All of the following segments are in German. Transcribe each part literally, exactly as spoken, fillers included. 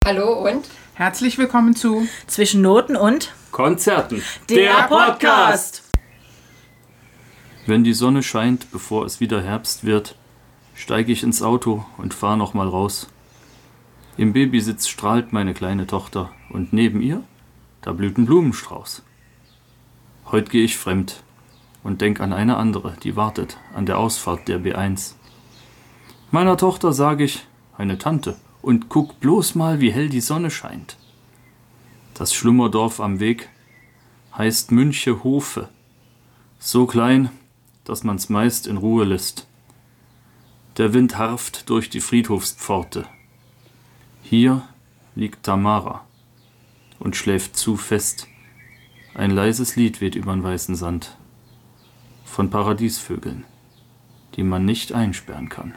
Hallo und herzlich willkommen zu Zwischen Noten und Konzerten, der Podcast. Wenn die Sonne scheint, bevor es wieder Herbst wird, steige ich ins Auto und fahre noch mal raus. Im Babysitz strahlt meine kleine Tochter und neben ihr, da blüht ein Blumenstrauß. Heute gehe ich fremd und denk an eine andere, die wartet an der Ausfahrt der B eins. Meiner Tochter sage ich, eine Tante, und guck bloß mal, wie hell die Sonne scheint. Das Schlummerdorf am Weg heißt Münchehofe. So klein, dass man's meist in Ruhe lässt. Der Wind harft durch die Friedhofspforte. Hier liegt Tamara und schläft zu fest. Ein leises Lied weht übern weißen Sand. Von Paradiesvögeln, die man nicht einsperren kann.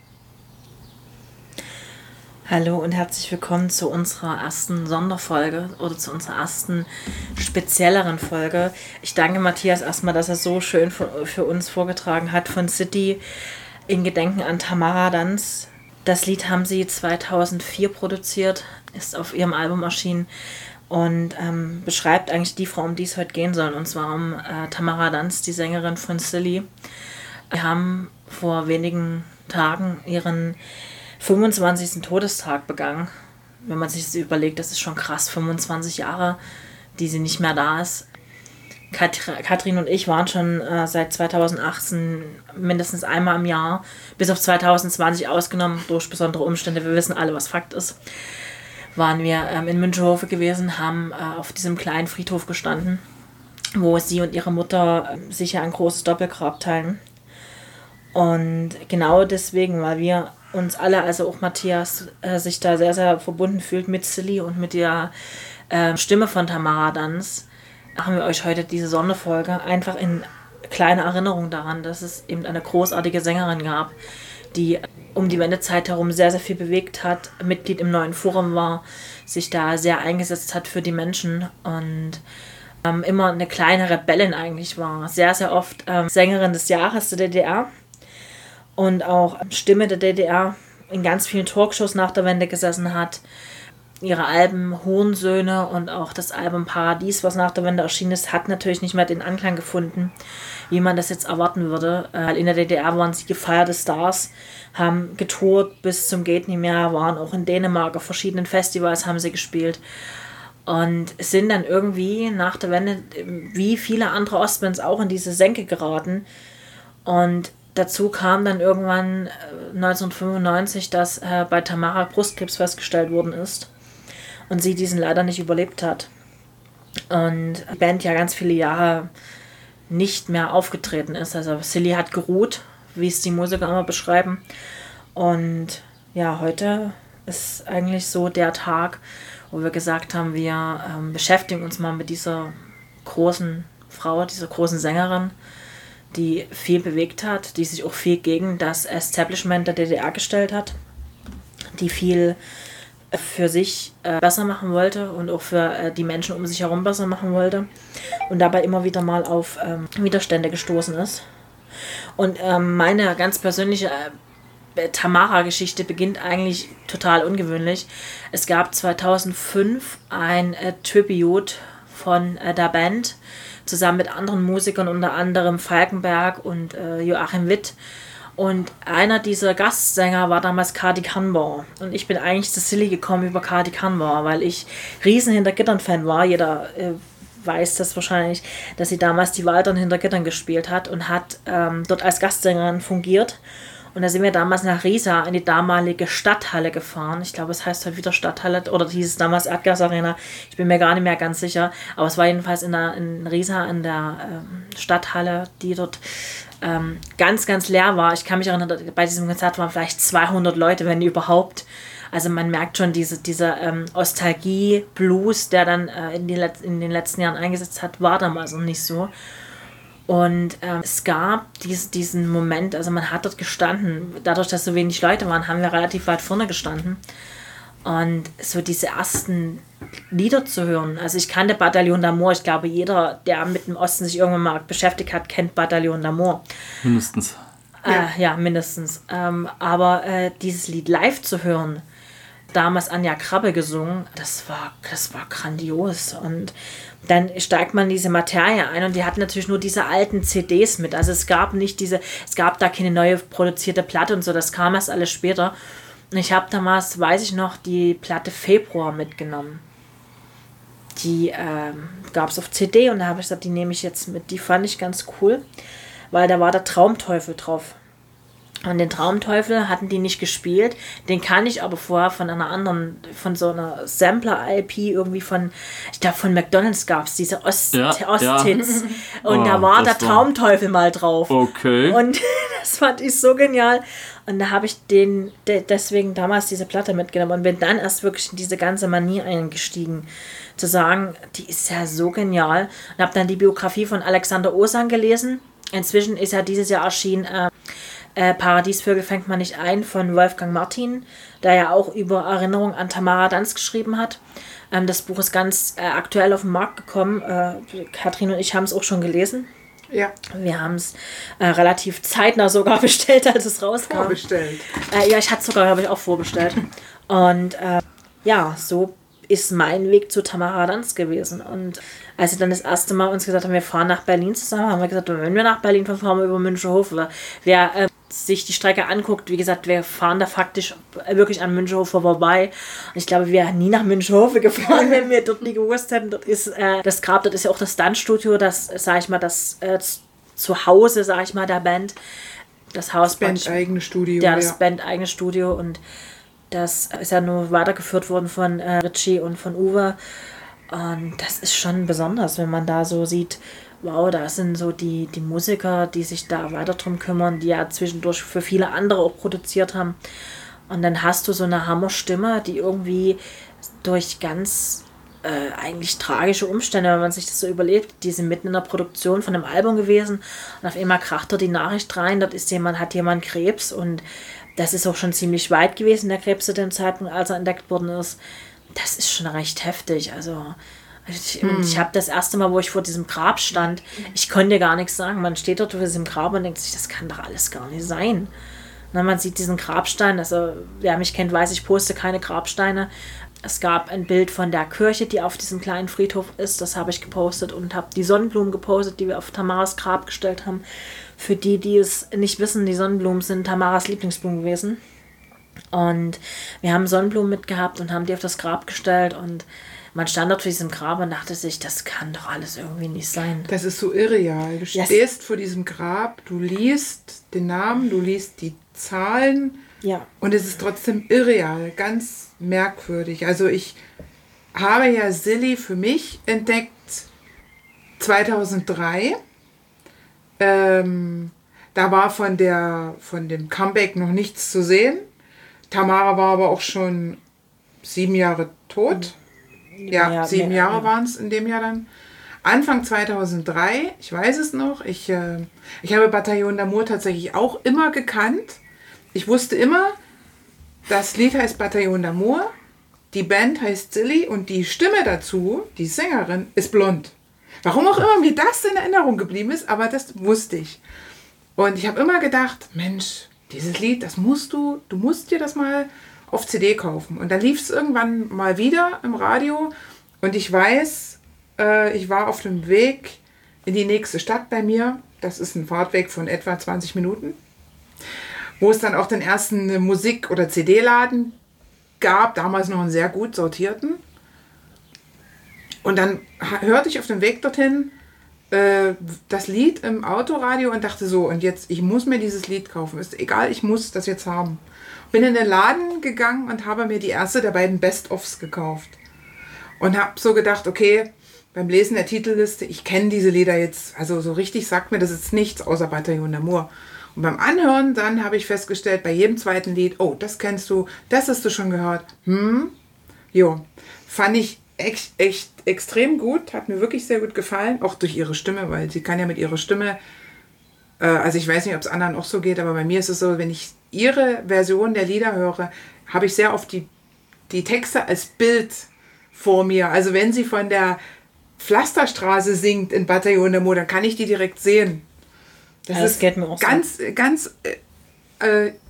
Hallo und herzlich willkommen zu unserer ersten Sonderfolge oder zu unserer ersten spezielleren Folge. Ich danke Matthias erstmal, dass er so schön für, für uns vorgetragen hat von City in Gedenken an Tamara Danz. Das Lied haben sie zweitausendvier produziert, ist auf ihrem Album erschienen und ähm, beschreibt eigentlich die Frau, um die es heute gehen soll, und zwar um äh, Tamara Danz, die Sängerin von Silly. Wir haben vor wenigen Tagen ihren fünfundzwanzigsten Todestag begangen. Wenn man sich das überlegt, das ist schon krass, fünfundzwanzig Jahre, die sie nicht mehr da ist. Kat- Katrin und ich waren schon äh, seit zweitausendachtzehn mindestens einmal im Jahr, bis auf zweitausendzwanzig ausgenommen, durch besondere Umstände, wir wissen alle, was Fakt ist, waren wir ähm, in Münchehofe gewesen, haben äh, auf diesem kleinen Friedhof gestanden, wo sie und ihre Mutter äh, sicher ein großes Doppelgrab teilen. Und genau deswegen, weil wir uns alle, also auch Matthias, äh, sich da sehr, sehr verbunden fühlt mit Silly und mit der äh, Stimme von Tamara Danz, machen wir euch heute diese Sonderfolge einfach in kleine Erinnerung daran, dass es eben eine großartige Sängerin gab, die um die Wendezeit herum sehr, sehr viel bewegt hat, Mitglied im Neuen Forum war, sich da sehr eingesetzt hat für die Menschen und ähm, immer eine kleine Rebellin eigentlich war. Sehr, sehr oft ähm, Sängerin des Jahres der D D R. Und auch Stimme der D D R in ganz vielen Talkshows nach der Wende gesessen hat. Ihre Alben Hurensöhne und auch das Album Paradies, was nach der Wende erschienen ist, hat natürlich nicht mehr den Anklang gefunden, wie man das jetzt erwarten würde. In der D D R waren sie gefeierte Stars, haben getourt bis zum Geht nicht mehr, waren auch in Dänemark auf verschiedenen Festivals haben sie gespielt. Und sind dann irgendwie nach der Wende, wie viele andere Ostbands, auch in diese Senke geraten. Und dazu kam dann irgendwann neunzehnhundertfünfundneunzig, dass äh, bei Tamara Brustkrebs festgestellt worden ist und sie diesen leider nicht überlebt hat. Und die Band ja ganz viele Jahre nicht mehr aufgetreten ist. Also Silly hat geruht, wie es die Musiker immer beschreiben. Und ja, heute ist eigentlich so der Tag, wo wir gesagt haben, wir ähm, beschäftigen uns mal mit dieser großen Frau, dieser großen Sängerin, die viel bewegt hat, die sich auch viel gegen das Establishment der D D R gestellt hat, die viel für sich äh, besser machen wollte und auch für äh, die Menschen um sich herum besser machen wollte und dabei immer wieder mal auf ähm, Widerstände gestoßen ist. Und ähm, meine ganz persönliche äh, Tamara-Geschichte beginnt eigentlich total ungewöhnlich. Es gab zweitausendfünf ein äh, Tribute von äh, der Band, zusammen mit anderen Musikern, unter anderem Falkenberg und äh, Joachim Witt. Und einer dieser Gastsänger war damals Kadi Kanbar. Und ich bin eigentlich zu Silly gekommen über Kadi Kanbar, weil ich riesen Hintergittern-Fan war. Jeder äh, weiß das wahrscheinlich, dass sie damals die Waldern hinter Gittern gespielt hat und hat ähm, dort als Gastsängerin fungiert. Und da sind wir damals nach Riesa in die damalige Stadthalle gefahren. Ich glaube, es heißt heute wieder Stadthalle oder hieß es damals Erdgas Arena. Ich bin mir gar nicht mehr ganz sicher. Aber es war jedenfalls in, der, in Riesa in der ähm, Stadthalle, die dort ähm, ganz, ganz leer war. Ich kann mich erinnern, bei diesem Konzert waren vielleicht zweihundert Leute, wenn überhaupt. Also man merkt schon diese, dieser ähm, Nostalgie-Blues, der dann äh, in, die Let- in den letzten Jahren eingesetzt hat, war damals noch nicht so. Und ähm, es gab dies, diesen Moment, also man hat dort gestanden, dadurch, dass so wenig Leute waren, haben wir relativ weit vorne gestanden. Und so diese ersten Lieder zu hören, also ich kannte Bataillon d'Amour, ich glaube jeder, der mit dem Osten sich irgendwann mal beschäftigt hat, kennt Bataillon d'Amour. Mindestens. Äh, ja. ja, mindestens. Ähm, aber äh, dieses Lied live zu hören, damals Anja Krabbe gesungen. Das war, das war grandios. Und dann steigt man in diese Materie ein und die hatten natürlich nur diese alten C Ds mit. Also es gab nicht diese, es gab da keine neue produzierte Platte und so, das kam erst alles später. Und ich habe damals, weiß ich noch, die Platte Februar mitgenommen. Die ähm, gab es auf C D und da habe ich gesagt, die nehme ich jetzt mit. Die fand ich ganz cool, weil da war der Traumteufel drauf. Und den Traumteufel hatten die nicht gespielt. Den kann ich aber vorher von einer anderen, von so einer Sampler-I P irgendwie von, ich glaube von McDonalds gab es diese Ost- ja, Osthits. Ja. Und oh, da war der war... Traumteufel mal drauf. Okay. Und das fand ich so genial. Und da habe ich den de- deswegen damals diese Platte mitgenommen und bin dann erst wirklich in diese ganze Manie eingestiegen. Zu sagen, die ist ja so genial. Und habe dann die Biografie von Alexander Osan gelesen. Inzwischen ist ja dieses Jahr erschienen äh, äh, Paradiesvögel fängt man nicht ein von Wolfgang Martin, der ja auch über Erinnerung an Tamara Danz geschrieben hat. Ähm, das Buch ist ganz äh, aktuell auf den Markt gekommen. Äh, Katrin und ich haben es auch schon gelesen. Ja. Wir haben es äh, relativ zeitnah sogar bestellt, als es rauskam. Vorbestellt. Äh, ja, ich hatte es sogar, glaube ich, auch vorbestellt. Und äh, ja, so ist mein Weg zu Tamara Danz gewesen. Und als sie dann das erste Mal uns gesagt haben, wir fahren nach Berlin zusammen, haben wir gesagt, wenn wir nach Berlin fahren, fahren wir über Münchehof. Wer äh, sich die Strecke anguckt, wie gesagt, wir fahren da faktisch wirklich an Münchehof vorbei. Und ich glaube, wir wären nie nach Münchehof gefahren, wenn wir dort nie gewusst hätten. Dort ist äh, das Grab, dort ist ja auch das Stuntstudio, das, sag ich mal, das äh, Zuhause, sag ich mal, der Band. Das Haus. Das Band-eigene Studio. Ja, das ja. Band-eigene Studio und das ist ja nur weitergeführt worden von äh, Richie und von Uwe. Und das ist schon besonders, wenn man da so sieht, wow, da sind so die, die Musiker, die sich da weiter drum kümmern, die ja zwischendurch für viele andere auch produziert haben. Und dann hast du so eine Hammerstimme, die irgendwie durch ganz äh, eigentlich tragische Umstände, wenn man sich das so überlegt, die sind mitten in der Produktion von einem Album gewesen und auf einmal kracht da die Nachricht rein, dort ist jemand, hat jemand Krebs und das ist auch schon ziemlich weit gewesen, der Krebs zu dem Zeitpunkt, als er entdeckt worden ist. Das ist schon recht heftig. Also ich, hm. ich habe das erste Mal, wo ich vor diesem Grab stand, ich konnte gar nichts sagen. Man steht dort vor diesem Grab und denkt sich, das kann doch alles gar nicht sein. Und man sieht diesen Grabstein, also wer mich kennt, weiß, ich poste keine Grabsteine. Es gab ein Bild von der Kirche, die auf diesem kleinen Friedhof ist, das habe ich gepostet und habe die Sonnenblumen gepostet, die wir auf Tamaras Grab gestellt haben. Für die, die es nicht wissen, die Sonnenblumen sind Tamaras Lieblingsblumen gewesen. Und wir haben Sonnenblumen mitgehabt und haben die auf das Grab gestellt und man stand dort vor diesem Grab und dachte sich, das kann doch alles irgendwie nicht sein. Das ist so irreal. Du yes. stehst vor diesem Grab, du liest den Namen, du liest die Zahlen ja. und es ist trotzdem irreal, ganz merkwürdig. Also ich habe ja Silly für mich entdeckt zweitausenddrei. Ähm, da war von, der, von dem Comeback noch nichts zu sehen. Tamara war aber auch schon sieben Jahre tot. Ja, ja sieben mehr, Jahre ja. waren es in dem Jahr dann. Anfang zweitausenddrei, ich weiß es noch, ich, äh, ich habe Bataillon d'Amour tatsächlich auch immer gekannt. Ich wusste immer, das Lied heißt Bataillon d'Amour, die Band heißt Silly und die Stimme dazu, die Sängerin, ist blond. Warum auch immer mir das in Erinnerung geblieben ist, aber das wusste ich. Und ich habe immer gedacht, Mensch, dieses Lied, das musst du, du musst dir das mal auf C D kaufen. Und dann lief es irgendwann mal wieder im Radio und ich weiß, äh, ich war auf dem Weg in die nächste Stadt bei mir. Das ist ein Fahrtweg von etwa zwanzig Minuten, wo es dann auch den ersten Musik- oder C D-Laden gab, damals noch einen sehr gut sortierten. Und dann hörte ich auf dem Weg dorthin äh, das Lied im Autoradio und dachte so, und jetzt, ich muss mir dieses Lied kaufen. Ist egal, ich muss das jetzt haben. Bin in den Laden gegangen und habe mir die erste der beiden Best-ofs gekauft. Und habe so gedacht, okay, beim Lesen der Titelliste, ich kenne diese Lieder jetzt, also so richtig sagt mir das jetzt nichts außer Bataillon d'Amour. Und beim Anhören dann habe ich festgestellt, bei jedem zweiten Lied, oh, das kennst du, das hast du schon gehört. Hm, jo, fand ich echt, echt extrem gut, hat mir wirklich sehr gut gefallen, auch durch ihre Stimme, weil sie kann ja mit ihrer Stimme, äh, also ich weiß nicht, ob es anderen auch so geht, aber bei mir ist es so, wenn ich ihre Version der Lieder höre, habe ich sehr oft die, die Texte als Bild vor mir. Also wenn sie von der Pflasterstraße singt in Bataillon d'Amour, dann kann ich die direkt sehen. Das, ja, das ist geht mir auch ganz, so. ganz äh, äh,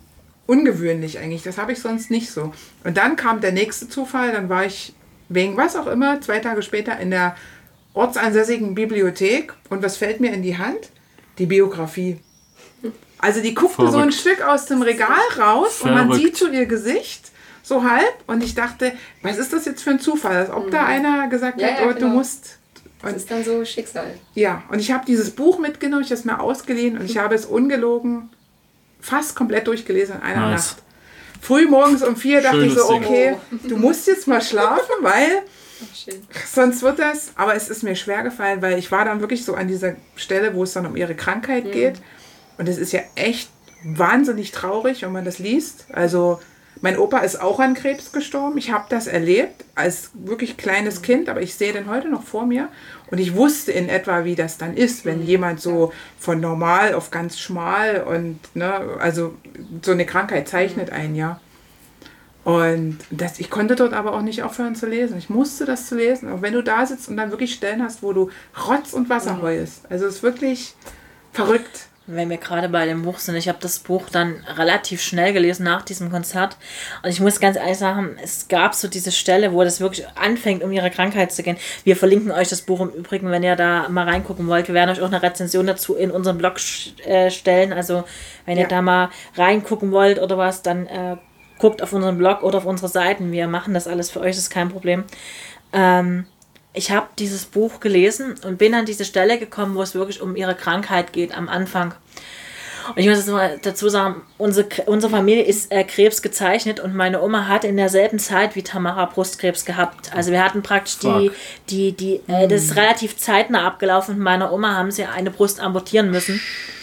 ungewöhnlich eigentlich. Das habe ich sonst nicht so. Und dann kam der nächste Zufall. Dann war ich wegen was auch immer zwei Tage später in der ortsansässigen Bibliothek. Und was fällt mir in die Hand? Die Biografie. Also die guckte Verrückt. so ein Stück aus dem Regal raus Verrückt. und man sieht so ihr Gesicht. So halb. Und ich dachte, was ist das jetzt für ein Zufall? Als ob mhm. da einer gesagt ja, hat, ja, oh, genau. du musst... Und das ist dann so Schicksal. Ja, und ich habe dieses Buch mitgenommen, ich habe es mir ausgeliehen und ich habe es ungelogen fast komplett durchgelesen in einer nice. Nacht. Früh morgens um vier dachte Schönes ich so, okay, Ding. du musst jetzt mal schlafen, weil sonst wird das... Aber es ist mir schwer gefallen, weil ich war dann wirklich so an dieser Stelle, wo es dann um ihre Krankheit mhm. geht. Und es ist ja echt wahnsinnig traurig, wenn man das liest. Also... Mein Opa ist auch an Krebs gestorben. Ich habe das erlebt als wirklich kleines Kind, aber ich sehe den heute noch vor mir. Und ich wusste in etwa, wie das dann ist, wenn jemand so von normal auf ganz schmal und, ne, also so eine Krankheit zeichnet einen, ja. Und das, ich konnte dort aber auch nicht aufhören zu lesen. Ich musste das zu lesen. Auch wenn du da sitzt und dann wirklich Stellen hast, wo du Rotz und Wasser heulst. Also es ist wirklich verrückt. Wenn wir gerade bei dem Buch sind, ich habe das Buch dann relativ schnell gelesen nach diesem Konzert und ich muss ganz ehrlich sagen, es gab so diese Stelle, wo das wirklich anfängt, um ihre Krankheit zu gehen. Wir verlinken euch das Buch im Übrigen, wenn ihr da mal reingucken wollt. Wir werden euch auch eine Rezension dazu in unseren Blog äh, stellen, also wenn ja. ihr da mal reingucken wollt oder was, dann äh, guckt auf unseren Blog oder auf unsere Seiten. Wir machen das alles für euch, das ist kein Problem. Ähm, Ich habe dieses Buch gelesen und bin an diese Stelle gekommen, wo es wirklich um ihre Krankheit geht am Anfang. Und ich muss jetzt mal dazu sagen, unsere, unsere Familie ist äh, Krebs gezeichnet und meine Oma hat in derselben Zeit wie Tamara Brustkrebs gehabt. Also wir hatten praktisch die, die, die, äh, das ist relativ zeitnah abgelaufen. Und meiner Oma haben sie eine Brust amputieren müssen.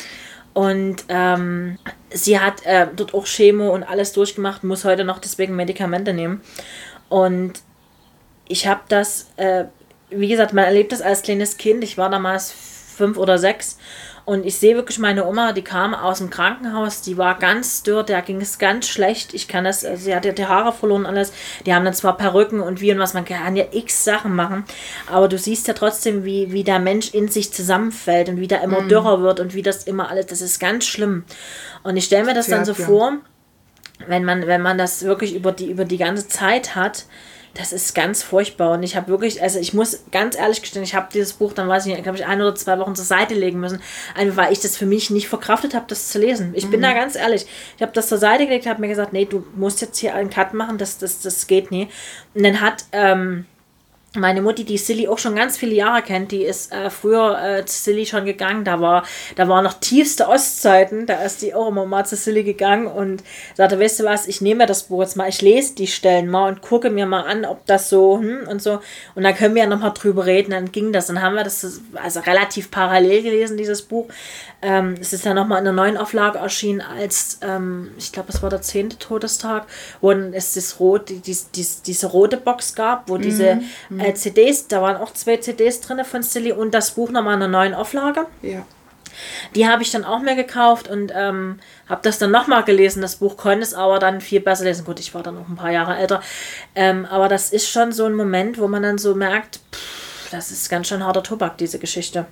Und ähm, sie hat äh, dort auch Chemo und alles durchgemacht, muss heute noch deswegen Medikamente nehmen. Und ich habe das... Äh, Wie gesagt, man erlebt das als kleines Kind. Ich war damals fünf oder sechs und ich sehe wirklich meine Oma, die kam aus dem Krankenhaus, die war ganz dürr, der ging es ganz schlecht. Ich kann das, also sie hatte die Haare verloren und alles. Die haben dann zwar Perücken und wie und was, man kann ja x Sachen machen, aber du siehst ja trotzdem, wie, wie der Mensch in sich zusammenfällt und wie der immer mm. dürrer wird und wie das immer alles, das ist ganz schlimm. Und ich stelle mir das dann so ja. vor, wenn man, wenn man das wirklich über die, über die ganze Zeit hat, das ist ganz furchtbar und ich habe wirklich, also ich muss ganz ehrlich gestehen, ich habe dieses Buch dann, weiß ich nicht, glaube ich, ein oder zwei Wochen zur Seite legen müssen, einfach weil ich das für mich nicht verkraftet habe, das zu lesen. Ich mhm. bin da ganz ehrlich, ich habe das zur Seite gelegt, habe mir gesagt, nee, du musst jetzt hier einen Cut machen, das, das, das geht nie. Und dann hat ähm, meine Mutti, die Silly auch schon ganz viele Jahre kennt, die ist äh, früher äh, zu Silly schon gegangen, da war, da war noch tiefste Ostzeiten, da ist die auch immer mal zu Silly gegangen und sagte, weißt du was, ich nehme das Buch jetzt mal, ich lese die Stellen mal und gucke mir mal an, ob das so, hm, und so, und dann können wir ja nochmal drüber reden, dann ging das, dann haben wir das also relativ parallel gelesen, dieses Buch. Ähm, es ist ja nochmal in der neuen Auflage erschienen, als, ähm, ich glaube, es war der zehnte Todestag, wo es das rot, die, die, die, diese rote Box gab, wo diese mhm. äh, C Ds, da waren auch zwei C Ds drin von Silly und das Buch nochmal in der neuen Auflage. Ja. Die habe ich dann auch mehr gekauft und ähm, habe das dann nochmal gelesen. Das Buch konnte es aber dann viel besser lesen. Gut, ich war dann noch ein paar Jahre älter. Ähm, aber das ist schon so ein Moment, wo man dann so merkt, pff, das ist ganz schön harter Tobak, diese Geschichte.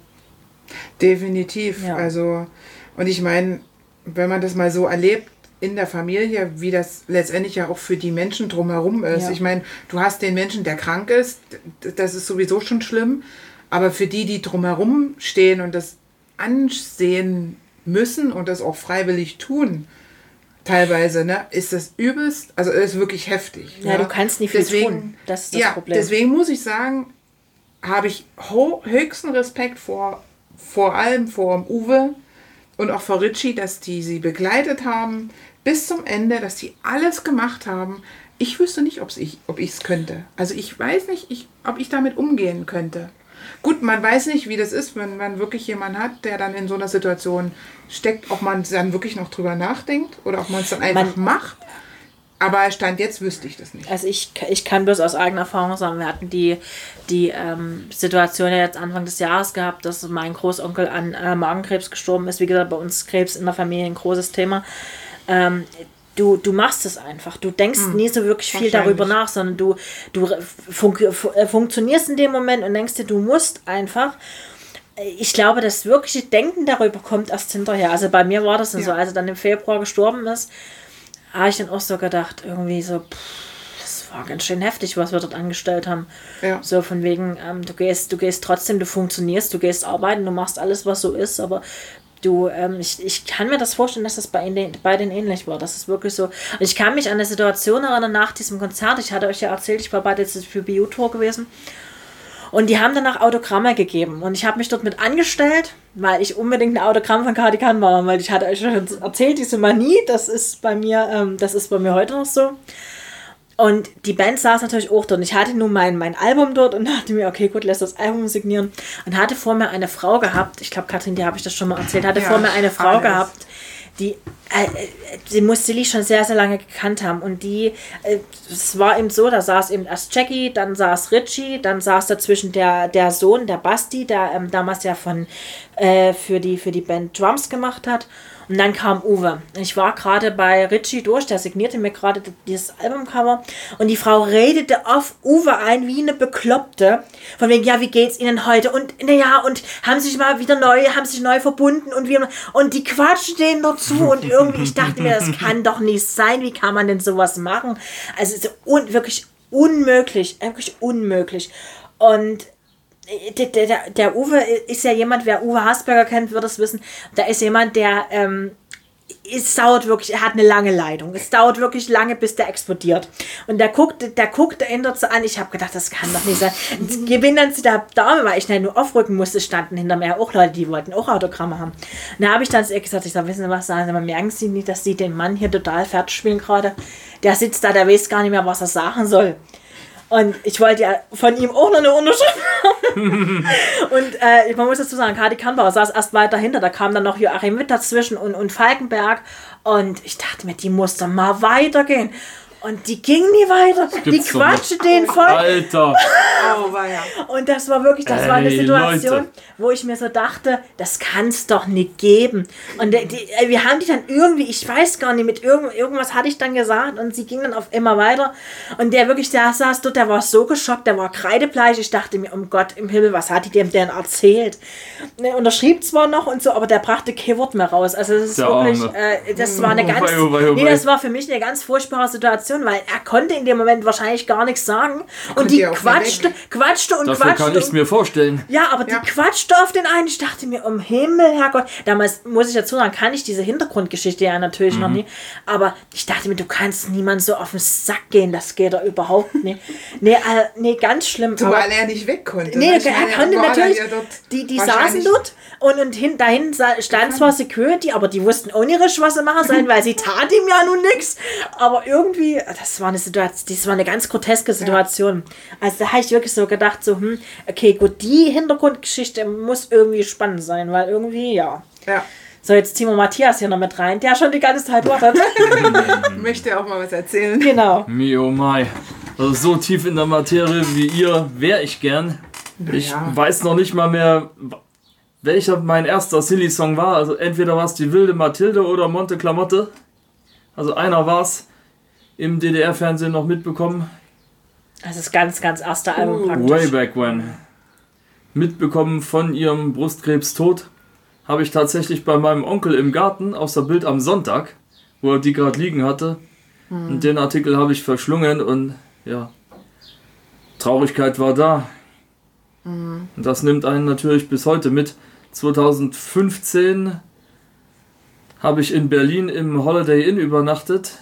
Definitiv. Ja. Also, und ich meine, wenn man das mal so erlebt in der Familie, wie das letztendlich ja auch für die Menschen drumherum ist. Ja. Ich meine, du hast den Menschen, der krank ist, das ist sowieso schon schlimm, aber für die, die drumherum stehen und das ansehen müssen und das auch freiwillig tun, teilweise, ne, ist das übelst, also ist wirklich heftig. Ja, ja. Du kannst nicht viel deswegen, tun, das ist das ja, Problem. Deswegen muss ich sagen, habe ich ho- höchsten Respekt vor, vor allem vor dem Uwe und auch vor Richie, dass die sie begleitet haben bis zum Ende, dass die alles gemacht haben. Ich wüsste nicht, ob's ich, ob ich es könnte. Also ich weiß nicht, ich, ob ich damit umgehen könnte. Gut, man weiß nicht, wie das ist, wenn man wirklich jemanden hat, der dann in so einer Situation steckt, ob man dann wirklich noch drüber nachdenkt oder ob man es dann einfach man, macht. Aber Stand jetzt wüsste ich das nicht. Also ich, ich kann bloß aus eigener Erfahrung sagen, wir hatten die, die ähm, Situation ja jetzt Anfang des Jahres gehabt, dass mein Großonkel an äh, Magenkrebs gestorben ist. Wie gesagt, bei uns Krebs in der Familie ein großes Thema. Ähm, Du, du machst es einfach. Du denkst hm, nie so wirklich viel darüber nach, sondern du, du fun- fun- funktionierst in dem Moment und denkst dir, du musst einfach. Ich glaube, das wirkliche Denken darüber kommt erst hinterher. Also bei mir war das dann ja. so, als er dann im Februar gestorben ist, habe ich dann auch so gedacht, irgendwie so, pff, das war ganz schön heftig, was wir dort angestellt haben. Ja. So von wegen, ähm, du gehst, du gehst trotzdem, du funktionierst, du gehst arbeiten, du machst alles, was so ist, aber du, ähm, ich, ich kann mir das vorstellen, dass das bei, ihnen, bei denen ähnlich war. Das ist wirklich so. Und ich kann mich an eine Situation erinnern nach diesem Konzert. Ich hatte euch ja erzählt, ich war bei der für B U-Tour gewesen. Und die haben danach Autogramme gegeben. Und ich habe mich dort mit angestellt, weil ich unbedingt ein Autogramm von Kati Kann war. Weil ich hatte euch schon erzählt, diese Manie, das ist bei mir, ähm, das ist bei mir heute noch so. Und die Band saß natürlich auch dort. Und ich hatte nun mein, mein Album dort und dachte mir, okay, gut, lass das Album signieren. Und hatte vor mir eine Frau gehabt, ich glaube, Katrin, die habe ich das schon mal erzählt, hatte ja, vor mir eine Frau alles. gehabt, die, äh, die muss Silly schon sehr, sehr lange gekannt haben. Und die, äh, es war eben so, da saß eben erst Jackie, dann saß Richie, dann saß dazwischen der, der Sohn, der Basti, der ähm, damals ja von, äh, für, die, für die Band Drums gemacht hat. Und dann kam Uwe. Ich war gerade bei Richie durch, der signierte mir gerade dieses Albumcover. Und die Frau redete auf Uwe ein wie eine Bekloppte. Von wegen, ja, wie geht's Ihnen heute? Und naja, und haben sich mal wieder neu, haben sich neu verbunden. Und, wir, und die quatschen denen dazu. Und irgendwie, ich dachte mir, das kann doch nicht sein. Wie kann man denn sowas machen? Also so un, wirklich unmöglich. Wirklich unmöglich. Und Der, der, der Uwe ist ja jemand, wer Uwe Hasberger kennt, wird es wissen. Da ist jemand, der ähm, es dauert wirklich, er hat eine lange Leitung. Es dauert wirklich lange, bis der explodiert. Und der guckt, der guckt dahinter so an. Ich habe gedacht, das kann doch nicht sein. Und ich bin dann zu der Dame, weil ich schnell nur aufrücken musste, standen hinter mir auch Leute, die wollten auch Autogramme haben. Und da habe ich dann gesagt, ich sage, wissen Sie was, sagen Sie mal, merken Sie nicht, dass Sie den Mann hier total fertig spielen gerade? Der sitzt da, der weiß gar nicht mehr, was er sagen soll. Und ich wollte ja von ihm auch noch eine Unterschrift haben. Und äh, man muss dazu sagen, Kati Kannbauer saß erst weiter hinter. Da kam dann noch Joachim Witt dazwischen und, und Falkenberg. Und ich dachte mir, die muss doch mal weitergehen. Und die ging nie weiter. Die quatschte den voll. Alter. Oh, war ja. Und das war wirklich, das Ey, war eine Situation, Leute. wo ich mir so dachte, das kann es doch nicht geben. Und die, die, wir haben die dann irgendwie, ich weiß gar nicht, mit irgend, irgendwas hatte ich dann gesagt und sie ging dann auf immer weiter. Und der wirklich, der saß dort, der war so geschockt, der war kreidebleich. Ich dachte mir, um Gott im Himmel, was hat die dem denn erzählt? Ne, unterschrieb zwar noch und so, aber der brachte kein Wort mehr raus. Also das ist Der wirklich, Arme. äh, das war eine ganz, Oh, wei, oh, wei. nee, das war für mich eine ganz furchtbare Situation, weil er konnte in dem Moment wahrscheinlich gar nichts sagen. Und Konnte die ja auch quatschte, quatschte und Dafür quatschte. kann ich es mir vorstellen. Ja, aber Ja. die quatschte auf den einen. Ich dachte mir, um Himmel, Herrgott. Damals, muss ich dazu sagen, kann ich diese Hintergrundgeschichte ja natürlich mhm. noch nie. Aber ich dachte mir, du kannst niemand so auf den Sack gehen. Das geht doch überhaupt nicht. Nee, äh, nee, ganz schlimm. Zumal aber, er nicht weg konnte. nee, ne? Ich er meine, konnte war natürlich. ja dort Die, die wahrscheinlich- saßen dort und, und hin, dahin sa- stand zwar Security, aber die wussten auch nicht, was sie machen sollen, weil sie tat ihm ja nun nichts. Aber irgendwie, das war eine Situation, das war eine ganz groteske Situation. Also da habe ich wirklich so gedacht, so, hm, okay, gut, die Hintergrundgeschichte muss irgendwie spannend sein, weil irgendwie, ja. Ja. So, jetzt ziehen wir Matthias hier noch mit rein, der schon die ganze Zeit wartet. Möchte auch mal was erzählen. Genau. Mi oh mai. Also so tief in der Materie wie ihr wäre ich gern. Ich Ja. weiß noch nicht mal mehr, welcher mein erster Silly-Song war. Also entweder war es die wilde Mathilde oder Monte Klamotte. Also einer war es. Im D D R-Fernsehen noch mitbekommen. Das ist ganz, ganz erste Album Uh, praktisch. Way back when. Mitbekommen von ihrem Brustkrebstod. Habe ich tatsächlich bei meinem Onkel im Garten aus der Bild am Sonntag, wo er die gerade liegen hatte. Hm. Und den Artikel habe ich verschlungen und ja, Traurigkeit war da. Hm. Und das nimmt einen natürlich bis heute mit. zweitausendfünfzehn habe ich in Berlin im Holiday Inn übernachtet.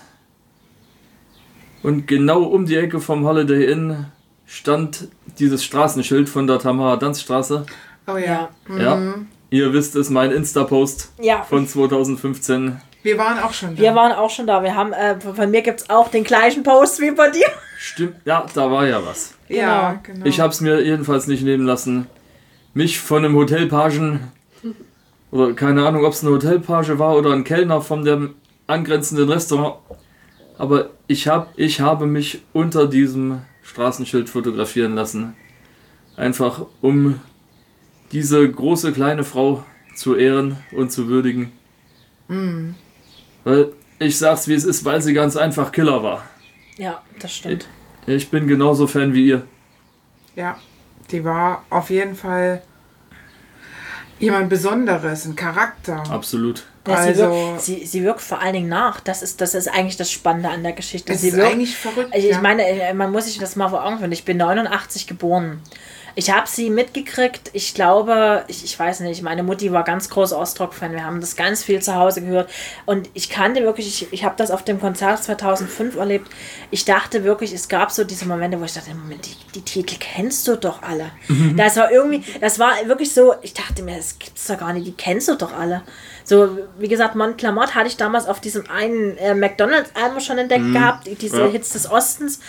Und genau um die Ecke vom Holiday Inn stand dieses Straßenschild von der Tamara-Danz-Straße. Oh ja. Ja. Ja, ihr wisst es, mein Insta-Post Ja. von zweitausendfünfzehn. Wir waren auch schon da. Wir waren auch schon da. Wir haben, äh, von mir gibt es auch den gleichen Post wie bei dir. Stimmt, ja, da war ja was. ja, genau. Ich habe es mir jedenfalls nicht nehmen lassen, mich von einem Hotelpagen, oder keine Ahnung, ob es eine Hotelpage war oder ein Kellner von dem angrenzenden Restaurant, aber ich, hab, ich habe mich unter diesem Straßenschild fotografieren lassen. Einfach um diese große kleine Frau zu ehren und zu würdigen. Mm. Weil ich sag's wie es ist, weil sie ganz einfach Killer war. Ja, das stimmt. Ich bin genauso Fan wie ihr. Ja, die war auf jeden Fall jemand Besonderes, ein Charakter. Absolut. Ja, sie, Also- wirkt, sie, sie wirkt vor allen Dingen nach. Das ist, das ist eigentlich das Spannende an der Geschichte. Das sie ist wirkt, eigentlich verrückt, Also ich ja. meine, man muss sich das mal vor Augen führen. Ich bin neunundachtzig geboren. Ich habe sie mitgekriegt. Ich glaube, ich, ich weiß nicht, meine Mutti war ganz großer Ostrock-Fan. Wir haben das ganz viel zu Hause gehört. Und ich kannte wirklich, ich, ich habe das auf dem Konzert zweitausendfünf erlebt. Ich dachte wirklich, es gab so diese Momente, wo ich dachte, Moment, die, die Titel kennst du doch alle. Das war irgendwie, das war wirklich so, ich dachte mir, das gibt's doch gar nicht, die kennst du doch alle. So, wie gesagt, Montclamotte hatte ich damals auf diesem einen äh, McDonalds-Album schon entdeckt Mhm. gehabt, diese Ja. Hits des Ostens.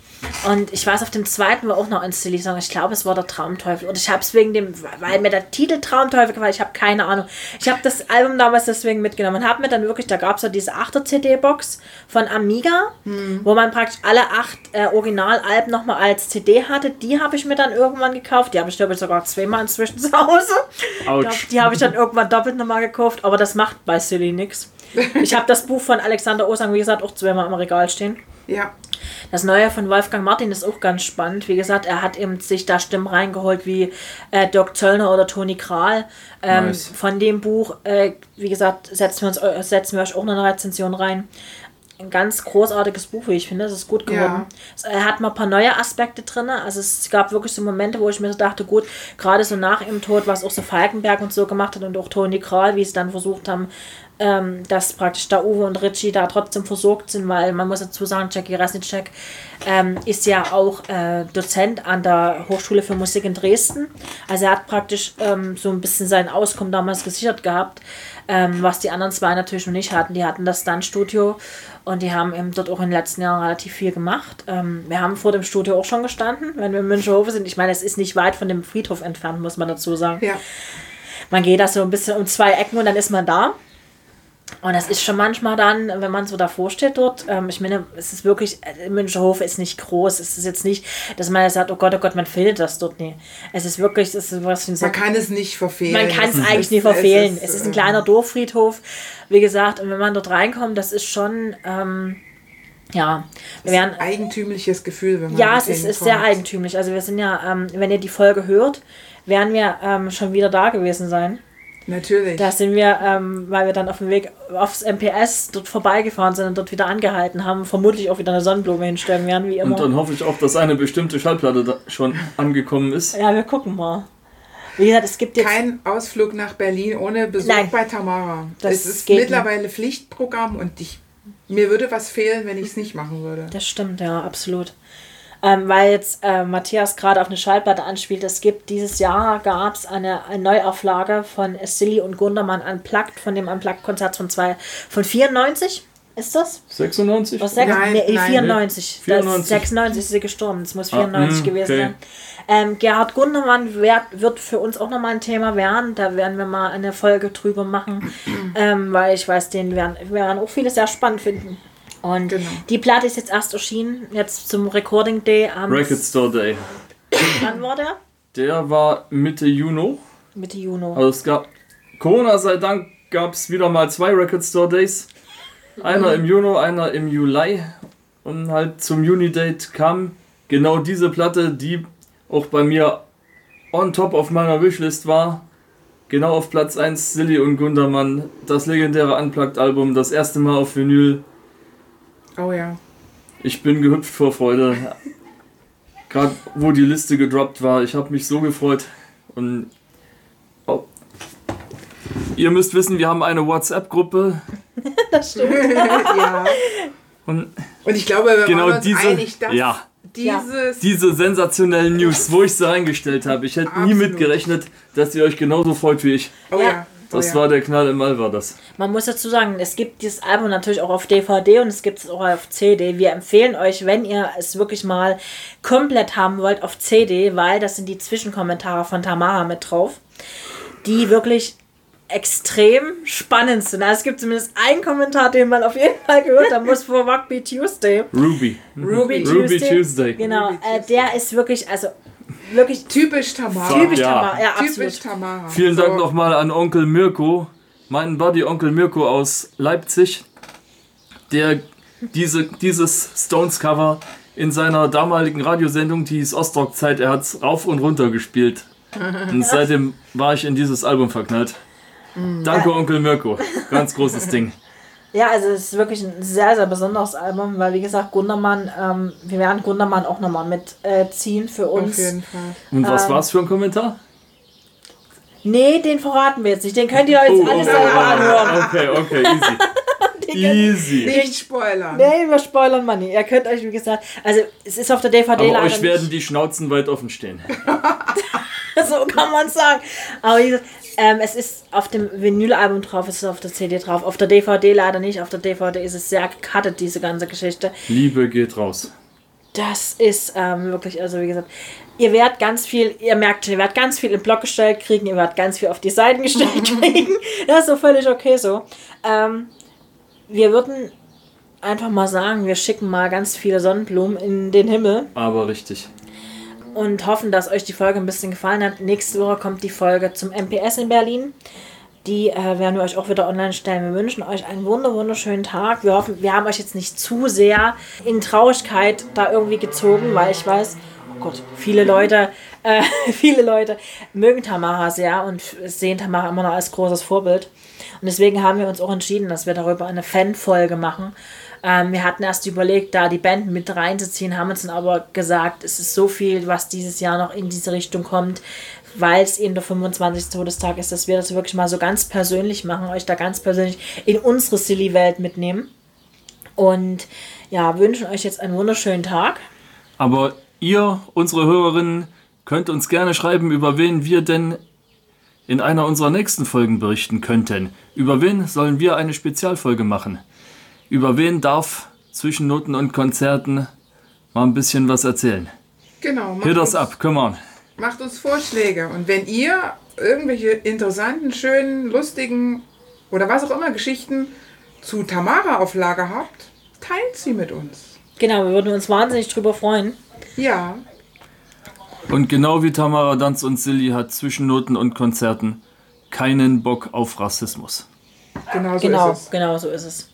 Und ich weiß, auf dem zweiten war auch noch ein Silly-Song. Ich glaube, es war der Traumteufel. Und ich habe es wegen dem, weil mir der Titel Traumteufel gefallen, ich habe keine Ahnung. Ich habe das Album damals deswegen mitgenommen und habe mir dann wirklich, da gab es ja diese achter-C D-Box von Amiga, hm. wo man praktisch alle acht äh, Originalalben nochmal als C D hatte. Die habe ich mir dann irgendwann gekauft. Die habe ich, glaube ich, sogar zweimal inzwischen zu Hause. Ouch. Ich glaub, die habe ich dann irgendwann doppelt nochmal gekauft. Aber das macht bei Silly nichts. Ich habe das Buch von Alexander Osang, wie gesagt, auch zweimal im Regal stehen. Ja. Das Neue von Wolfgang Martin ist auch ganz spannend. Wie gesagt, er hat eben sich da Stimmen reingeholt wie äh, Dirk Zöllner oder Toni Kral. Ähm, Nice. Von dem Buch, äh, wie gesagt, setzen wir, uns, äh, setzen wir euch auch noch eine Rezension rein. Ein ganz großartiges Buch, wie ich finde. Es ist gut geworden. Ja. Er hat mal ein paar neue Aspekte drin. Also es gab wirklich so Momente, wo ich mir so dachte, gut, gerade so nach ihrem Tod, was auch so Falkenberg und so gemacht hat und auch Toni Kral, wie sie dann versucht haben, ähm, dass praktisch da Uwe und Richie da trotzdem versorgt sind, weil man muss dazu sagen, Jackie Resnicek ähm, ist ja auch äh, Dozent an der Hochschule für Musik in Dresden. Also er hat praktisch ähm, so ein bisschen sein Auskommen damals gesichert gehabt, ähm, was die anderen zwei natürlich noch nicht hatten. Die hatten das Stuntstudio und die haben eben dort auch in den letzten Jahren relativ viel gemacht. Ähm, wir haben vor dem Studio auch schon gestanden, wenn wir in Müncherhofe sind. Ich meine, es ist nicht weit von dem Friedhof entfernt, muss man dazu sagen. Ja. Man geht da so ein bisschen um zwei Ecken und dann ist man da. Und das ist schon manchmal dann, wenn man so davor steht dort, ähm, ich meine, es ist wirklich, Müncherhof ist nicht groß, es ist jetzt nicht, dass man sagt, oh Gott, oh Gott, man findet das dort nie. Es ist wirklich, es ist was Man kann es nicht verfehlen. Man kann es Das eigentlich ist- nie verfehlen. Es ist, Es ist ein äh, kleiner Dorffriedhof, wie gesagt, und wenn man dort reinkommt, das ist schon, ähm, ja, wir werden, ein eigentümliches Gefühl, wenn man ja, es dorthin ist, ist sehr kommt. eigentümlich. Also wir sind ja, ähm, wenn ihr die Folge hört, werden wir ähm, schon wieder da gewesen sein. Natürlich. Da sind wir, ähm, weil wir dann auf dem Weg aufs M P S dort vorbeigefahren sind und dort wieder angehalten haben, vermutlich auch wieder eine Sonnenblume hinstellen werden, wie immer. Und dann hoffe ich auch, dass eine bestimmte Schallplatte da schon angekommen ist. Ja, wir gucken mal. Wie gesagt, es gibt jetzt... Kein Ausflug nach Berlin ohne Besuch Nein. bei Tamara. Das es ist geht mittlerweile Pflichtprogramm und ich, mir würde was fehlen, wenn ich es nicht machen würde. Das stimmt, ja, absolut. Ähm, weil jetzt äh, Matthias gerade auf eine Schallplatte anspielt. Es gibt dieses Jahr gab es eine, eine Neuauflage von Silly und Gundermann Unplugged, von dem Unplugged-Konzert von, zwei, von vierundneunzig. Ist das? sechsundneunzig? Was sechs? Nein, Nee, nein. vierundneunzig. vierundneunzig. Das, sechsundneunzig ist sie gestorben. Es muss vierundneunzig Ah, gewesen okay. sein. Ähm, Gerhard Gundermann wird, wird für uns auch nochmal ein Thema werden. Da werden wir mal eine Folge drüber machen. ähm, weil ich weiß, den werden, wir werden auch viele sehr spannend finden. Und Genau. die Platte ist jetzt erst erschienen, jetzt zum Recording Day am... Record Store Day. Wann war der? Der war Mitte Juni. Mitte Juni. Also es gab, Corona sei Dank, gab es wieder mal zwei Record Store Days. Einer im Juni, einer im Juli. Und halt zum Juni-Date kam genau diese Platte, die auch bei mir on top auf meiner Wishlist war. Genau auf Platz eins, Silly und Gundermann. Das legendäre Unplugged-Album, das erste Mal auf Vinyl. Oh ja. Ich bin gehüpft vor Freude. Gerade wo die Liste gedroppt war, ich habe mich so gefreut. Und oh. Ihr müsst wissen, wir haben eine WhatsApp-Gruppe. Das stimmt. ja. Und Und ich glaube, wir genau waren uns diese, einig, dass ja, dieses... diese sensationellen News, wo ich sie reingestellt habe. Ich hätte nie Absolut. mitgerechnet, dass ihr euch genauso freut wie ich. Oh Ja. ja. Oh Das ja. war der Knall im All, war das. Man muss dazu sagen, es gibt dieses Album natürlich auch auf D V D und es gibt es auch auf C D. Wir empfehlen euch, wenn ihr es wirklich mal komplett haben wollt, auf C D, weil das sind die Zwischenkommentare von Tamara mit drauf, die wirklich extrem spannend sind. Also es gibt zumindest einen Kommentar, den man auf jeden Fall gehört haben muss vor Rugby Tuesday. Ruby. Ruby, Ruby Tuesday. Tuesday. Genau, Ruby äh, der ist wirklich, also wirklich Typisch Tamara. typisch Ja. Tamara. Ja, Typisch absolut. Tamara. Vielen So. Dank nochmal an Onkel Mirko, meinen Buddy Onkel Mirko aus Leipzig, der diese, dieses Stones-Cover in seiner damaligen Radiosendung, die hieß Ostrock-Zeit, er hat es rauf und runter gespielt. Und seitdem war ich in dieses Album verknallt. Danke, Onkel Mirko. Ganz großes Ding. Ja, also es ist wirklich ein sehr, sehr besonderes Album, weil wie gesagt, Gundermann, ähm, wir werden Gundermann auch nochmal mitziehen äh, für uns. Auf jeden Fall. Und was Ähm, war's für ein Kommentar? Nee, den verraten wir jetzt nicht. Den könnt ihr euch jetzt Oh, alles oh, selber oh, anhören. Okay, okay, easy. Easy. Nicht spoilern. Nee, wir spoilern mal nicht. Ihr könnt euch, wie gesagt, also es ist auf der D V D Aber leider euch werden nicht. die Schnauzen weit offen stehen. So kann man sagen. Aber wie gesagt, ähm, es ist auf dem Vinylalbum drauf, es ist auf der C D drauf. Auf der D V D leider nicht. Auf der D V D ist es sehr gecuttet, diese ganze Geschichte. Liebe geht raus. Das ist ähm, wirklich, also wie gesagt, ihr werdet ganz viel, ihr merkt schon, ihr werdet ganz viel im Blog gestellt kriegen, ihr werdet ganz viel auf die Seiten gestellt kriegen. Das ist so völlig okay so. Ähm, wir würden einfach mal sagen, wir schicken mal ganz viele Sonnenblumen in den Himmel. Aber richtig. Und hoffen, dass euch die Folge ein bisschen gefallen hat. Nächste Woche kommt die Folge zum M P S in Berlin. Die äh, werden wir euch auch wieder online stellen. Wir wünschen euch einen wunder wunderschönen Tag. Wir hoffen, wir haben euch jetzt nicht zu sehr in Traurigkeit da irgendwie gezogen, weil ich weiß, oh Gott, viele Leute, äh, viele Leute mögen Tamara sehr und sehen Tamara immer noch als großes Vorbild. Und deswegen haben wir uns auch entschieden, dass wir darüber eine Fanfolge machen. Ähm, wir hatten erst überlegt, da die Band mit reinzuziehen, haben uns dann aber gesagt, es ist so viel, was dieses Jahr noch in diese Richtung kommt, weil es eben der fünfundzwanzigste Todestag ist, dass wir das wirklich mal so ganz persönlich machen, euch da ganz persönlich in unsere Silly-Welt mitnehmen. Und ja, wünschen euch jetzt einen wunderschönen Tag. Aber ihr, unsere Hörerinnen, könnt uns gerne schreiben, über wen wir denn in einer unserer nächsten Folgen berichten könnten. Über wen sollen wir eine Spezialfolge machen? Über wen darf zwischen Noten und Konzerten mal ein bisschen was erzählen? Genau. macht Hit us uns- up, come on. Macht uns Vorschläge. Und wenn ihr irgendwelche interessanten, schönen, lustigen oder was auch immer Geschichten zu Tamara auf Lager habt, teilt sie mit uns. Genau, wir würden uns wahnsinnig drüber freuen. Ja, Und genau wie Tamara Danz und Silly hat zwischen Noten und Konzerten keinen Bock auf Rassismus. genau so Genau, ist es. genau so ist es.